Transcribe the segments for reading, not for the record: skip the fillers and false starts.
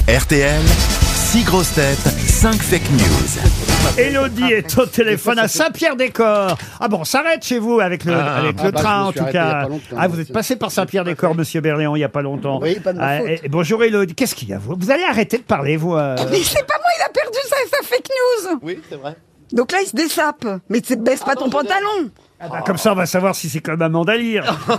RTL, 6 grosses têtes, 5 fake news. Élodie est au téléphone à Saint-Pierre-des-Corps. Ah bon, on s'arrête chez vous avec le train en tout cas. Ah, vous êtes passé par Saint-Pierre-des-Corps, monsieur Berléand, il n'y a pas longtemps. Oui, pas de ma faute. Bonjour Élodie, qu'est-ce qu'il y a vous allez arrêter de parler, vous Mais c'est pas moi, il a perdu sa fake news. Oui, c'est vrai. Donc là, il se dessape. Mais baisse pas ton pantalon. Ah bah, comme ça, on va savoir si c'est comme Amanda Lear.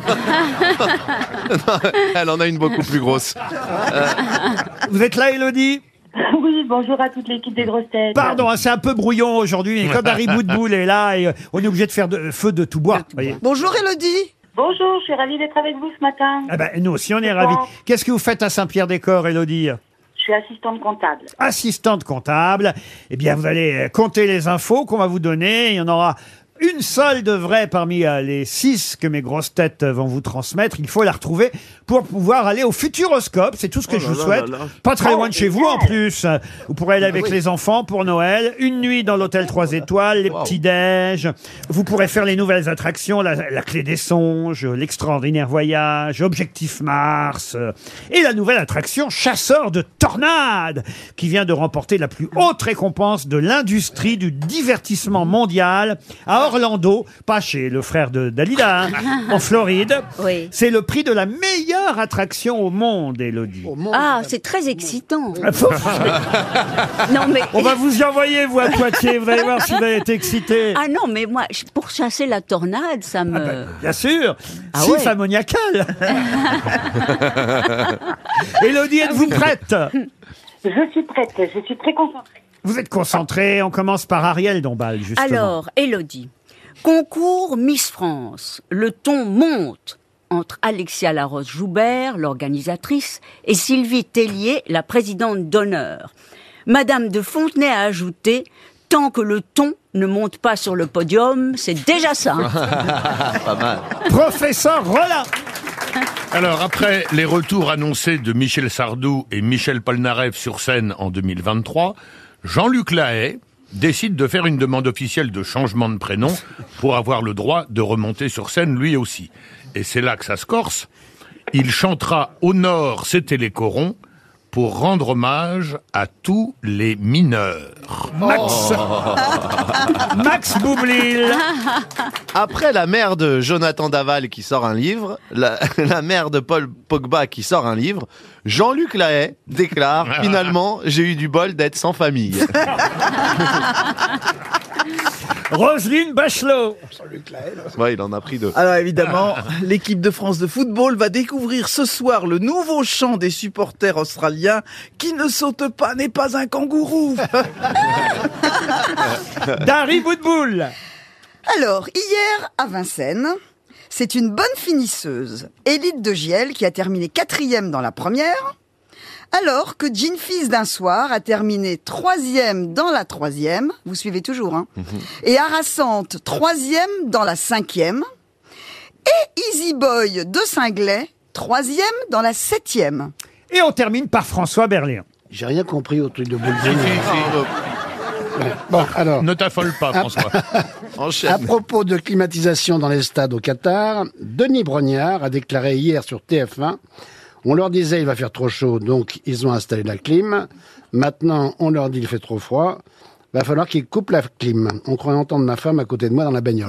Elle en a une beaucoup plus grosse. Vous êtes là, Élodie? Oui, bonjour à toute l'équipe des grosses têtes. Pardon, c'est un peu brouillon aujourd'hui, mais comme Harry Boudboul est là, et on est obligé de faire feu de tout bois. Voyez. Bonjour Élodie. Bonjour, je suis ravie d'être avec vous ce matin. Ah bah, nous aussi, on est ravis. Qu'est-ce que vous faites à Saint-Pierre-des-Corps, Élodie? Je suis assistante comptable. Assistante comptable. Eh bien, vous allez compter les infos qu'on va vous donner. Il y en aura une seule de vraie parmi les 6 que mes grosses têtes vont vous transmettre. Il faut la retrouver pour pouvoir aller au Futuroscope. C'est tout ce que je vous souhaite. Pas très loin de chez vous en plus. Vous pourrez aller avec les enfants pour Noël. Une nuit dans l'hôtel 3 étoiles, les petits-déj. Vous pourrez faire les nouvelles attractions, la clé des songes, l'extraordinaire voyage, Objectif Mars et la nouvelle attraction Chasseur de tornades qui vient de remporter la plus haute récompense de l'industrie du divertissement mondial à Orlando, pas chez le frère de Dalida, en Floride. Oui. C'est le prix de la meilleure attraction au monde, Élodie. Ah, c'est très excitant. Non, mais... On va vous y envoyer, vous, à Poitiers. Vous allez voir si vous allez être excité. Ah non, mais moi, pour chasser la tornade, ça me... Bien sûr. Ah Six ouais. ammoniacal. Élodie, êtes-vous prête? Je suis prête, je suis très concentrée. Vous êtes concentrée. On commence par Ariel Dombal, justement. Alors, Élodie, concours Miss France. Le ton monte entre Alexia Laroche-Joubert, l'organisatrice, et Sylvie Tellier, la présidente d'honneur. Madame de Fontenay a ajouté « Tant que le ton ne monte pas sur le podium, c'est déjà ça. » Pas mal. Professeur Rollin. Alors, après les retours annoncés de Michel Sardou et Michel Polnareff sur scène en 2023, Jean-Luc Lahaye décide de faire une demande officielle de changement de prénom pour avoir le droit de remonter sur scène lui aussi. Et c'est là que ça se corse. Il chantera « Au nord, c'était les corons » pour rendre hommage à tous les mineurs. Max Boublil. Après la mère de Jonathan Daval qui sort un livre, la mère de Paul Pogba qui sort un livre, Jean-Luc Lahaye déclare « Finalement, j'ai eu du bol d'être sans famille. » Roselyne Bachelot. Ouais, il en a pris deux. Alors évidemment, l'équipe de France de football va découvrir ce soir le nouveau chant des supporters australiens « Qui ne saute pas n'est pas un kangourou ». Dari Boudboul. Alors, hier, à Vincennes, c'est une bonne finisseuse, Élite de Giel, qui a terminé 4e dans la première, alors que Jean Fils d'un soir a terminé 3e dans la 3e, vous suivez toujours, hein, et Harassante 3e dans la 5e, et Easy Boy de Singlet 3e dans la 7e. Et on termine par François Berléand. J'ai rien compris au truc de boule. Bon, alors. ne t'affole pas, François. Enchaîne. À propos de climatisation dans les stades au Qatar, Denis Brognard a déclaré hier sur TF1, on leur disait il va faire trop chaud, donc ils ont installé la clim. Maintenant, on leur dit il fait trop froid. Va falloir qu'ils coupent la clim. On croit entendre ma femme à côté de moi dans la bagnole.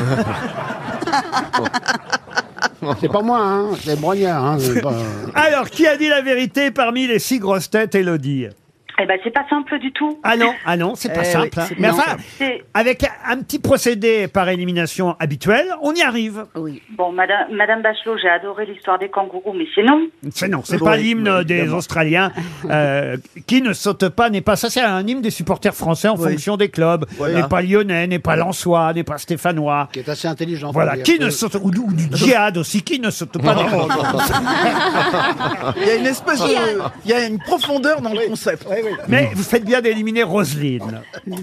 C'est pas moi, hein, c'est Brognard. Hein, c'est pas... Alors, qui a dit la vérité parmi les 6 grosses têtes, Élodie? Eh ben, c'est pas simple du tout. Ah non, c'est pas simple. oui, Hein. c'est Mais pas enfin, C'est- avec un petit procédé par élimination habituel, on y arrive. Oui. Bon, Madame Bachelot, j'ai adoré l'histoire des kangourous, mais c'est non. C'est pas l'hymne des Australiens. Qui ne saute pas n'est pas... Ça, c'est un hymne des supporters français en fonction des clubs. Voilà. N'est pas lyonnais, n'est pas lensois, n'est pas stéphanois. Qui est assez intelligent. Voilà, faut dire. qui ne saute... Ou du djihad aussi, qui ne saute pas... Il y a une espèce de... Il y a une profondeur dans le concept. Mais vous faites bien d'éliminer Roselyne.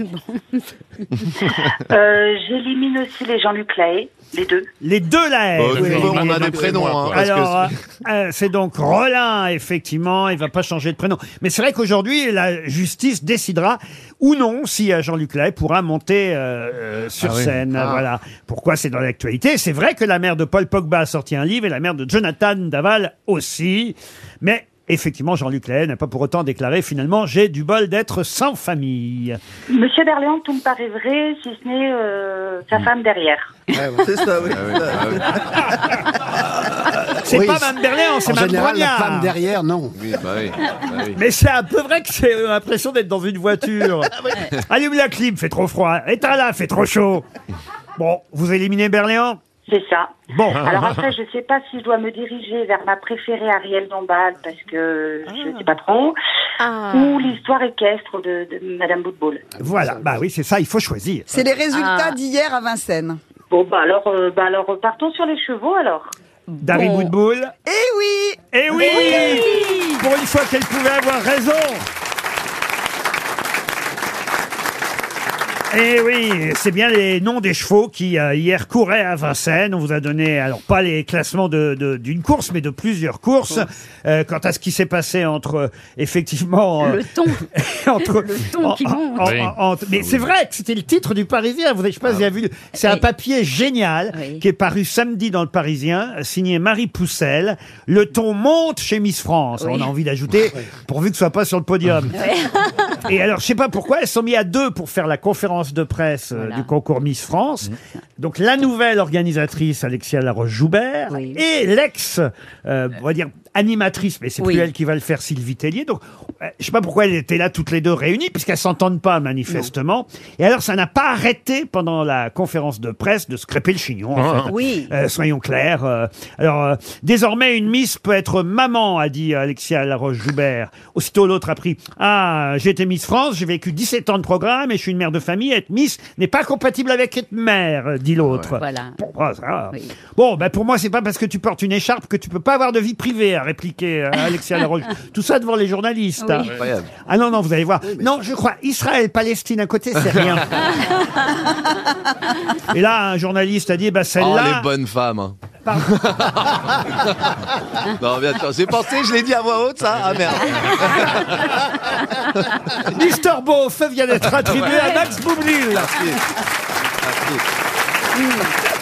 J'élimine aussi les Jean-Luc Lahaye, les deux. Les deux là. On a des prénoms. Hein, parce que Alors, c'est donc Rollin, effectivement, il va pas changer de prénom. Mais c'est vrai qu'aujourd'hui, la justice décidera ou non si Jean-Luc Lahaye pourra monter sur scène. Voilà. Pourquoi c'est dans l'actualité. C'est vrai que la mère de Paul Pogba a sorti un livre et la mère de Jonathan Daval aussi. Mais effectivement, Jean-Luc Lahaye n'a pas pour autant déclaré finalement j'ai du bol d'être sans famille. Monsieur Berléand, tout me paraît vrai, si ce n'est sa femme derrière. C'est ça, oui. C'est Oui, pas Mme Berléand, c'est En Mme général, la Brognard. femme derrière, non. Oui, bah oui. Mais c'est un peu vrai que c'est l'impression d'être dans une voiture. Allume la clim, fait trop froid. Éteins-la, fait trop chaud. Bon, vous éliminez Berléand? C'est ça. Bon. Alors après, je sais pas si je dois me diriger vers ma préférée Ariel Dombal, parce que je sais pas trop, ou l'histoire équestre de Madame Boutboul. Voilà, bah oui, c'est ça, il faut choisir. C'est les résultats d'hier à Vincennes. Bon, bah alors, partons sur les chevaux, alors. Dari Boudboul. Eh oui! Eh oui, pour une fois qu'elle pouvait avoir raison. Eh oui, c'est bien les noms des chevaux qui hier couraient à Vincennes. On vous a donné, alors pas les classements d'une course, mais de plusieurs courses. Quant à ce qui s'est passé entre, effectivement... Le ton. entre, Le ton qui monte. mais c'est vrai que c'était le titre du Parisien. Vous savez, je sais pas si vous avez vu. C'est un papier génial qui est paru samedi dans le Parisien, signé Marie Poussel. Le ton monte chez Miss France. On a envie d'ajouter, pourvu que ce soit pas sur le podium. Et alors, je sais pas pourquoi, elles sont mis à deux pour faire la conférence de presse du concours Miss France. Donc, la nouvelle organisatrice, Alexia Laroche-Joubert, et l'ex, on va dire, animatrice, mais c'est plus elle qui va le faire, Sylvie Tellier. Donc, je sais pas pourquoi elles étaient là toutes les deux réunies, puisqu'elles s'entendent pas, manifestement. Non. Et alors, ça n'a pas arrêté pendant la conférence de presse de se crêper le chignon, en fait. Oui. Soyons clairs. Désormais, une Miss peut être maman, a dit Alexia Laroche-Joubert. Aussitôt, l'autre a pris « Ah, j'ai été Miss France, j'ai vécu 17 ans de programme et je suis une mère de famille. Être Miss n'est pas compatible avec être mère, dit l'autre. » Voilà. Bon, ben pour moi, c'est pas parce que tu portes une écharpe que tu peux pas avoir de vie privée, a répliqué Alexia Laroche. Tout ça devant les journalistes. Oui. Incroyable. Ah non, vous allez voir. Non, je crois, Israël-Palestine à côté, c'est rien. Et là, un journaliste a dit, celle-là... Oh, les bonnes femmes. Hein. Non, bien sûr, c'est pensé, je l'ai dit à voix haute, ça. Ah merde. Mister Beauf vient d'être attribué à Max Boublil. Merci.